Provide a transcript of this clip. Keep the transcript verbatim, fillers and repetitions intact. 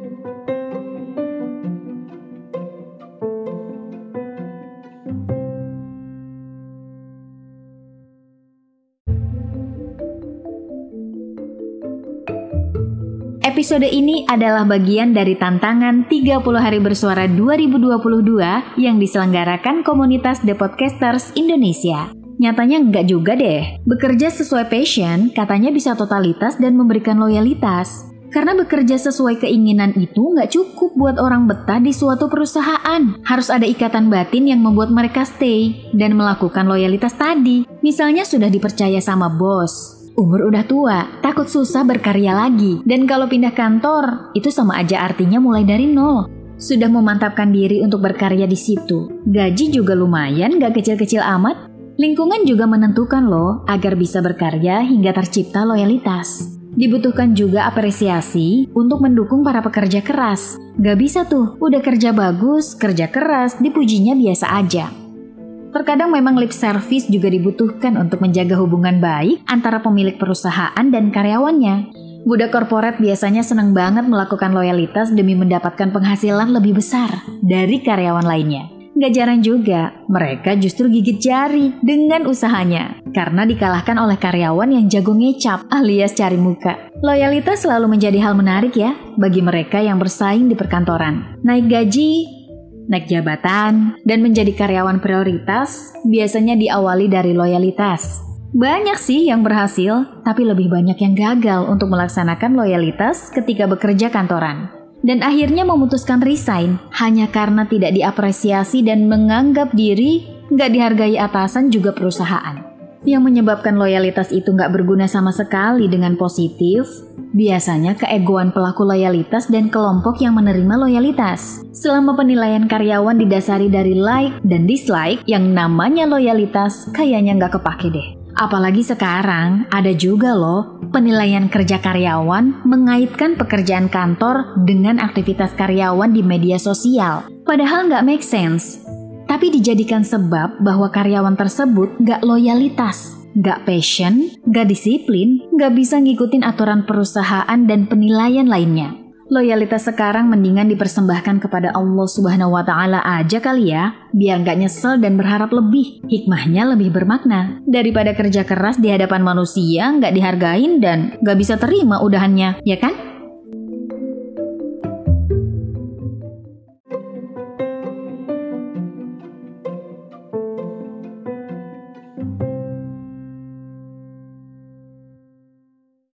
Episode ini adalah bagian dari tantangan tiga puluh hari bersuara dua ribu dua puluh dua yang diselenggarakan komunitas The Podcasters Indonesia. Nyatanya enggak juga deh. Bekerja sesuai passion katanya bisa totalitas dan memberikan loyalitas. Karena bekerja sesuai keinginan itu nggak cukup buat orang betah di suatu perusahaan. Harus ada ikatan batin yang membuat mereka stay dan melakukan loyalitas tadi. Misalnya sudah dipercaya sama bos. Umur udah tua, takut susah berkarya lagi. Dan kalau pindah kantor, itu sama aja artinya mulai dari nol. Sudah memantapkan diri untuk berkarya di situ. Gaji juga lumayan, gak kecil-kecil amat. Lingkungan juga menentukan loh, agar bisa berkarya hingga tercipta loyalitas. Dibutuhkan juga apresiasi untuk mendukung para pekerja keras. Gak bisa tuh, udah kerja bagus, kerja keras, dipujinya biasa aja. Terkadang memang lip service juga dibutuhkan untuk menjaga hubungan baik antara pemilik perusahaan dan karyawannya. Budak korporat biasanya senang banget melakukan loyalitas demi mendapatkan penghasilan lebih besar dari karyawan lainnya. Gak jarang juga, mereka justru gigit jari dengan usahanya karena dikalahkan oleh karyawan yang jago ngecap alias cari muka. Loyalitas selalu menjadi hal menarik ya bagi mereka yang bersaing di perkantoran. Naik gaji, naik jabatan, dan menjadi karyawan prioritas biasanya diawali dari loyalitas. Banyak sih yang berhasil, tapi lebih banyak yang gagal untuk melaksanakan loyalitas ketika bekerja kantoran. Dan akhirnya memutuskan resign hanya karena tidak diapresiasi dan menganggap diri nggak dihargai atasan juga perusahaan. Yang menyebabkan loyalitas itu nggak berguna sama sekali dengan positif, biasanya keegoan pelaku loyalitas dan kelompok yang menerima loyalitas. Selama penilaian karyawan didasari dari like dan dislike, yang namanya loyalitas kayaknya nggak kepake deh. Apalagi sekarang ada juga loh penilaian kerja karyawan mengaitkan pekerjaan kantor dengan aktivitas karyawan di media sosial. Padahal nggak make sense. Tapi dijadikan sebab bahwa karyawan tersebut nggak loyalitas, nggak passion, nggak disiplin, nggak bisa ngikutin aturan perusahaan dan penilaian lainnya. Loyalitas sekarang mendingan dipersembahkan kepada Allah Subhanahu wa Ta'ala aja kali ya, biar nggak nyesel dan berharap lebih. Hikmahnya lebih bermakna daripada kerja keras di hadapan manusia nggak dihargain dan nggak bisa terima udahannya, ya kan?